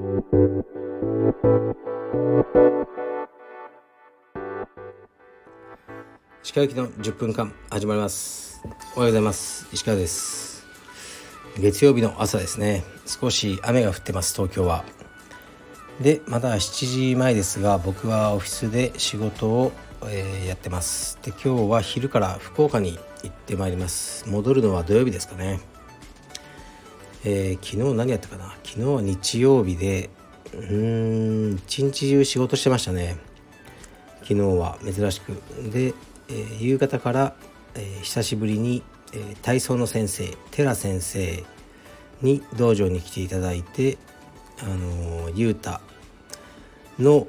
石川行きの10分間始まります。おはようございます。石川です。月曜日の朝ですね。少し雨が降ってます、東京は。で、まだ7時前ですが、僕はオフィスで仕事を、やってます。で、今日は昼から福岡に行ってまいります。戻るのは土曜日ですかね。昨日何やったかな。昨日は日曜日で一日中仕事してましたね。昨日は珍しくで、夕方から、久しぶりに、体操の先生寺先生に道場に来ていただいて、ゆうたの、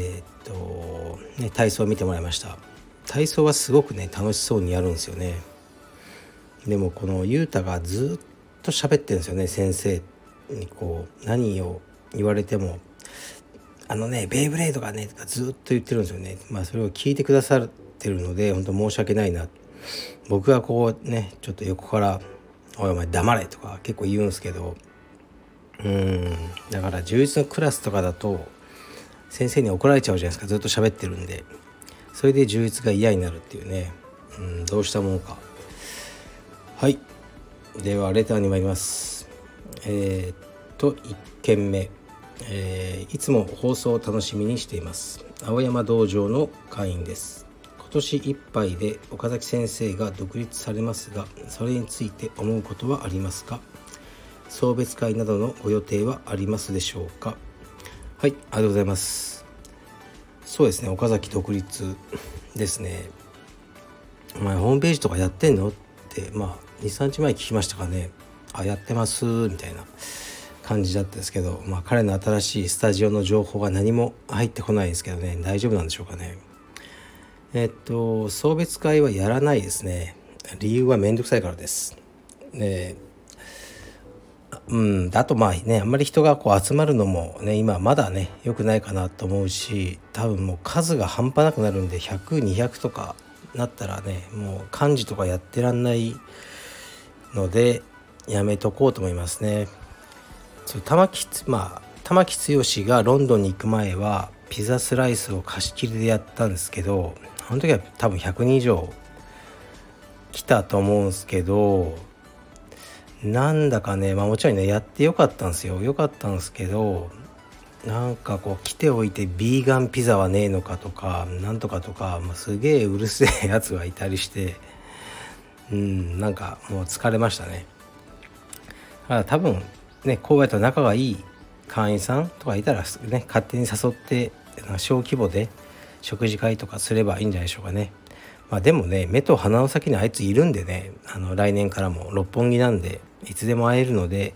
体操を見てもらいました。体操はすごくね楽しそうにやるんですよね。でもこのゆうたがずっと喋ってるんですよね。先生にこう何を言われてもベイブレードがねとかずっと言ってるんですよね。それを聞いてくださってるので本当申し訳ないな。僕がこうねちょっと横からおいお前黙れとか結構言うんですけど、だから充実のクラスとかだと先生に怒られちゃうじゃないですか。ずっと喋ってるんで、それで充実が嫌になるっていうね、どうしたものか。はい、ではレターに参ります。1件目、いつも放送を楽しみにしています。青山道場の会員です。今年いっぱいで岡崎先生が独立されますが、それについて思うことはありますか？送別会などのご予定はありますでしょうか？はい、ありがとうございます。そうですね、岡崎独立ですね。お前ホームページとかやってんのって 2、3日前聞きましたかね。やってますみたいな感じだったんですけど、彼の新しいスタジオの情報が何も入ってこないですけどね、大丈夫なんでしょうかね。送別会はやらないですね。理由はめんどくさいからです。あとあんまり人がこう集まるのもね今まだね良くないかなと思うし、多分もう数が半端なくなるんで100、200とかなったらねもう幹事とかやってらんないのでやめとこうと思いますね。玉木剛がロンドンに行く前はピザスライスを貸し切りでやったんですけど、あの時は多分100人以上来たと思うんですけど、なんだかねもちろんねやってよかったんですけど、なんかこう来ておいてビーガンピザはねえのかとかなんとかとか、すげえうるせえやつがいたりして、なんかもう疲れましたね。だから多分ねこうやって仲がいい会員さんとかいたらね勝手に誘って小規模で食事会とかすればいいんじゃないでしょうかね。でもね目と鼻の先にあいついるんでね、来年からも六本木なんでいつでも会えるので、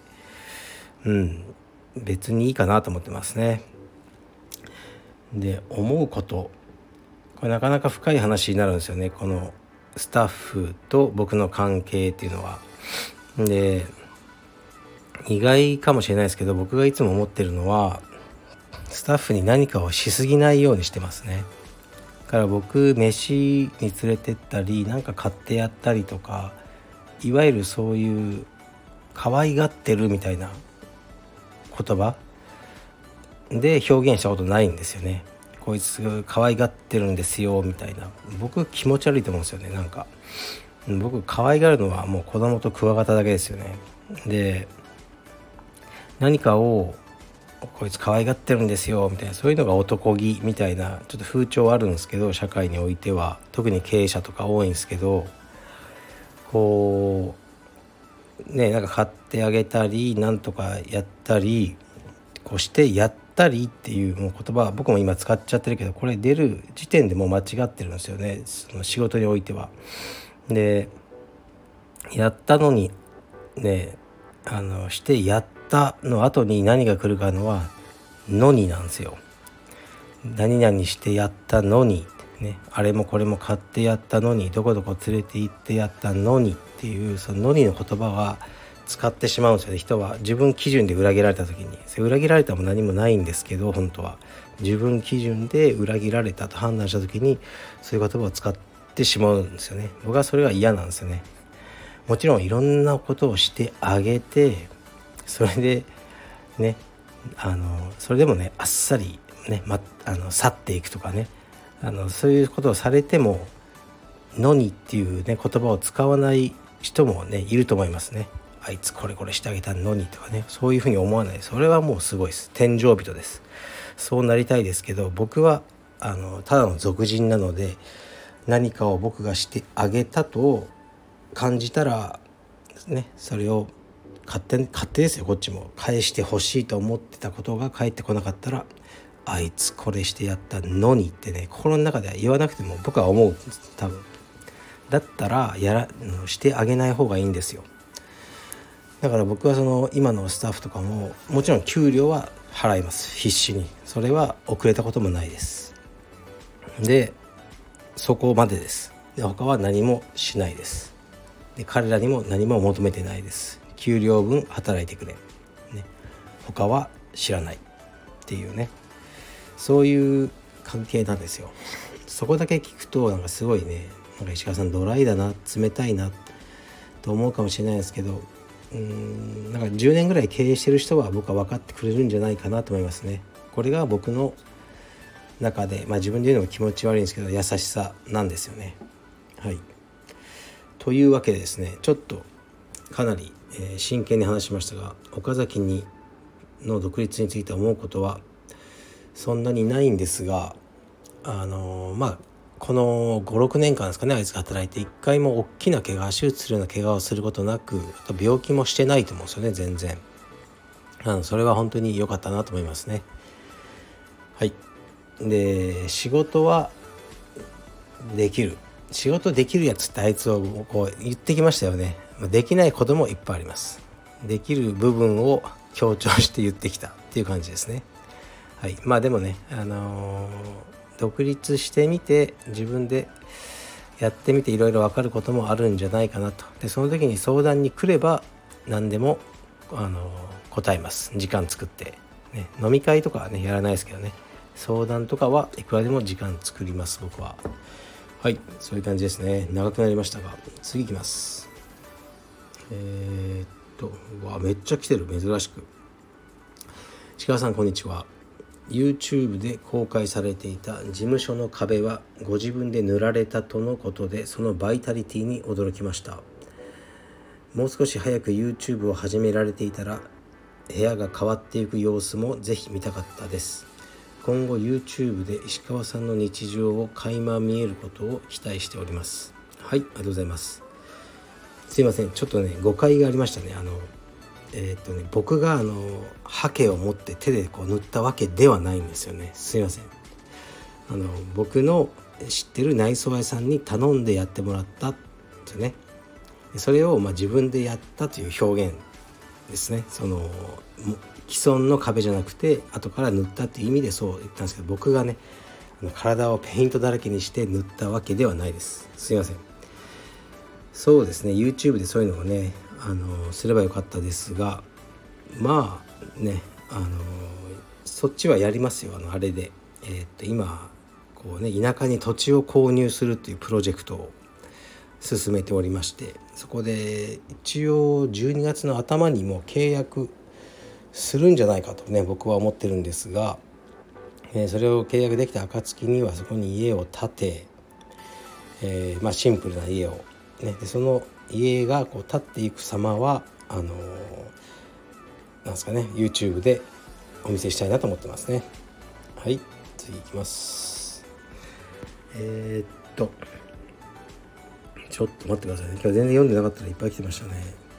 別にいいかなと思ってますね。で思うこと、これなかなか深い話になるんですよね。このスタッフと僕の関係っていうのは。で意外かもしれないですけど、僕がいつも思ってるのはスタッフに何かをしすぎないようにしてますね。だから僕飯に連れてったりなんか買ってやったりとか、いわゆるそういう可愛がってるみたいな言葉で表現したことないんですよね。こいつ可愛がってるんですよみたいな、僕気持ち悪いと思うんですよね。なんか僕可愛がるのはもう子供とクワガタだけですよね。で何かをこいつ可愛がってるんですよみたいな、そういうのが男気みたいなちょっと風潮あるんですけど、社会においては特に経営者とか多いんですけど、こうねなんか買ってあげたりなんとかやったりこうしてやったりっていうもう言葉僕も今使っちゃってるけど、これ出る時点でもう間違ってるんですよね、その仕事においては。でやったのにねしてやったの後に何が来るかのはのになんですよ。何々してやったのにね、あれもこれも買ってやったのに、どこどこ連れて行ってやったのにっていう、そののにの言葉は使ってしまうんですよね。人は自分基準で裏切られた時に、裏切られたも何もないんですけど、本当は自分基準で裏切られたと判断した時にそういう言葉を使ってしまうんですよね。僕はそれが嫌なんですよね。もちろんいろんなことをしてあげて、それでねそれでもねあっさりね、去っていくとかね、そういうことをされてものにっていうね言葉を使わない人もねいると思いますね。あいつこれしてあげたのにとかね、そういうふうに思わない。それはもうすごいです。天井人です。そうなりたいですけど、僕はただの俗人なので、何かを僕がしてあげたと感じたらね、それを勝手ですよ。こっちも返してほしいと思ってたことが返ってこなかったら、あいつこれしてやったのにってね、心の中では言わなくても僕は思うんです。多分だったらしてあげない方がいいんですよ。だから僕はその今のスタッフとかももちろん給料は払います。必死に。それは遅れたこともないです。でそこまでです。で他は何もしないです。で彼らにも何も求めてないです。給料分働いてくれ、ね、他は知らないっていうね、そういう関係なんですよ。そこだけ聞くとなんかすごいね、なんか石川さんドライだな、冷たいなと思うかもしれないですけど、なんか10年ぐらい経営してる人は僕は分かってくれるんじゃないかなと思いますね。これが僕の中で、自分で言うのも気持ち悪いんですけど優しさなんですよね。はい。というわけでですね、ちょっとかなり、真剣に話しましたが、岡崎の独立について思うことはそんなにないんですが、この 5,6 年間ですかね、あいつが働いて一回も大きな怪我、手術するような怪我をすることなく、あと病気もしてないと思うんですよね、全然。それは本当に良かったなと思いますね。はい。で仕事はできる、仕事できるやつってあいつをこう言ってきましたよね。できないこともいっぱいあります。できる部分を強調して言ってきたっていう感じですね。はい。でもね、独立してみて自分でやってみていろいろ分かることもあるんじゃないかなと。でその時に相談に来れば何でも答えます。時間作って、ね、飲み会とかはねやらないですけどね、相談とかはいくらでも時間作ります、僕は。はい、そういう感じですね。長くなりましたが次いきます。めっちゃ来てる、珍しく。鹿さんこんにちは。 YouTube で公開されていた事務所の壁はご自分で塗られたとのことで、そのバイタリティに驚きました。もう少し早く YouTube を始められていたら部屋が変わっていく様子もぜひ見たかったです。今後 YouTube で石川さんの日常を垣間見えることを期待しております。はい、ありがとうございます。すいません、ちょっとね誤解がありましたね。僕がハケを持って手でこう塗ったわけではないんですよね。すいません。僕の知ってる内装屋さんに頼んでやってもらったってね、それを自分でやったという表現ですね。その既存の壁じゃなくて後から塗ったっていう意味でそう言ったんですけど、僕がね体をペイントだらけにして塗ったわけではないです。すいません。そうですね、 YouTube でそういうのをねすればよかったですが、そっちはやりますよ。あれで今こうね田舎に土地を購入するっていうプロジェクトを進めておりまして、そこで一応12月の頭にも契約するんじゃないかとね僕は思ってるんですが、それを契約できた暁にはそこに家を建て、シンプルな家をね、でその家がこう建っていく様はなんですかね YouTube でお見せしたいなと思ってますね。はい、次いきます。ちょっと待ってくださいね。今日全然読んでなかったらいっぱい来てましたね。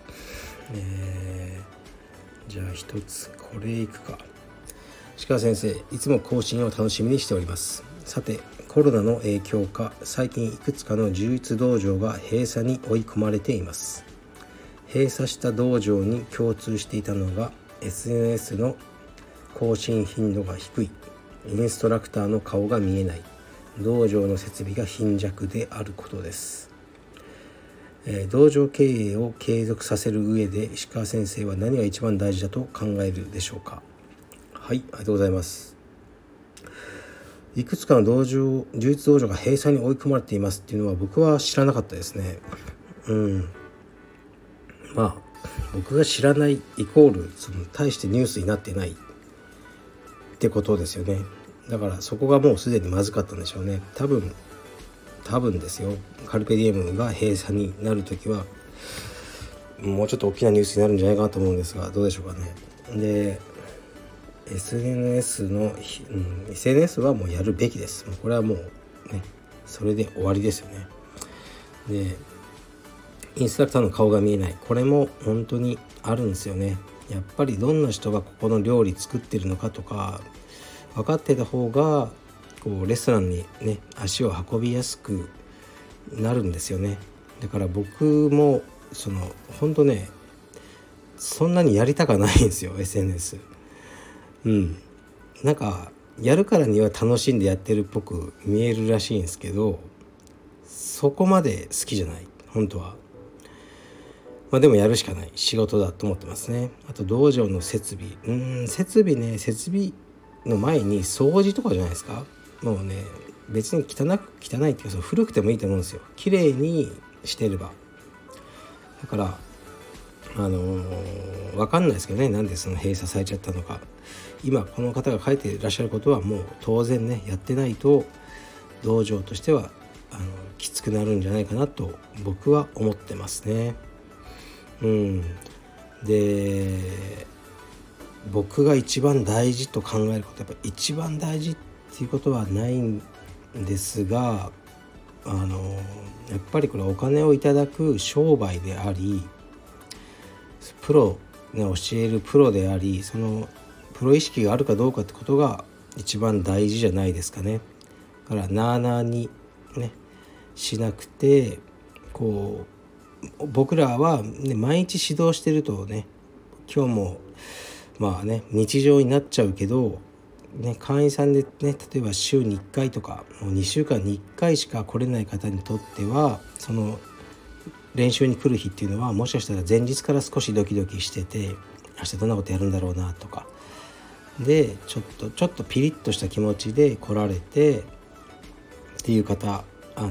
じゃあ一つこれいくか。鹿先生、いつも更新を楽しみにしております。さて、コロナの影響か最近いくつかの柔術道場が閉鎖に追い込まれています。閉鎖した道場に共通していたのが SNS の更新頻度が低い、インストラクターの顔が見えない、道場の設備が貧弱であることです。道場経営を継続させる上で石川先生は何が一番大事だと考えるでしょうか。はい、ありがとうございます。いくつかの柔術道場が閉鎖に追い込まれていますっていうのは僕は知らなかったですね。僕が知らないイコール大してニュースになってないってことですよね。だからそこがもうすでにまずかったんでしょうね。多分ですよ、カルペディエムが閉鎖になるときはもうちょっと大きなニュースになるんじゃないかなと思うんですが、どうでしょうかね。で SNS はもうやるべきです。もうこれはもうね、それで終わりですよね。でインストラクターの顔が見えない、これも本当にあるんですよね。やっぱりどんな人がここの料理作ってるのかとか分かってた方がこうレストランにね足を運びやすくなるんですよね。だから僕も本当ね、そんなにやりたかないんですよ SNS。 なんかやるからには楽しんでやってるっぽく見えるらしいんですけど、そこまで好きじゃない本当は。でもやるしかない仕事だと思ってますね。あと道場の設備、設備の前に掃除とかじゃないですか。もうね、別に汚いっていうか古くてもいいと思うんですよ。綺麗にしてれば。だから分かんないですけどね、なんでその閉鎖されちゃったのか。今この方が書いていらっしゃることはもう当然ね、やってないと道場としてはきつくなるんじゃないかなと僕は思ってますね。で僕が一番大事と考えること、やっぱ一番大事っていうことはないんですが、やっぱりこれお金をいただく商売であり、プロね、教えるプロであり、そのプロ意識があるかどうかってことが一番大事じゃないですかね。だからなあなあにねしなくて、こう僕らは、ね、毎日指導してるとね、今日も日常になっちゃうけど、会員さんでね、例えば週に1回とかもう2週間に1回しか来れない方にとっては、その練習に来る日っていうのはもしかしたら前日から少しドキドキしてて、明日どんなことやるんだろうなとかでちょっとピリッとした気持ちで来られてっていう方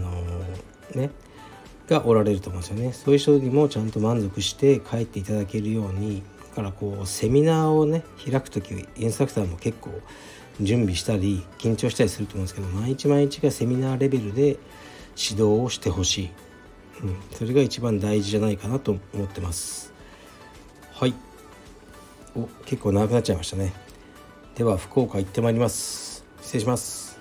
がおられると思うんですよね。そういう人にもちゃんと満足して帰っていただけるように、だからこうセミナーをね開くとき、インストラクターも結構準備したり緊張したりすると思うんですけど、毎日がセミナーレベルで指導をしてほしい、それが一番大事じゃないかなと思ってます。はい、結構長くなっちゃいましたね。では福岡行ってまいります。失礼します。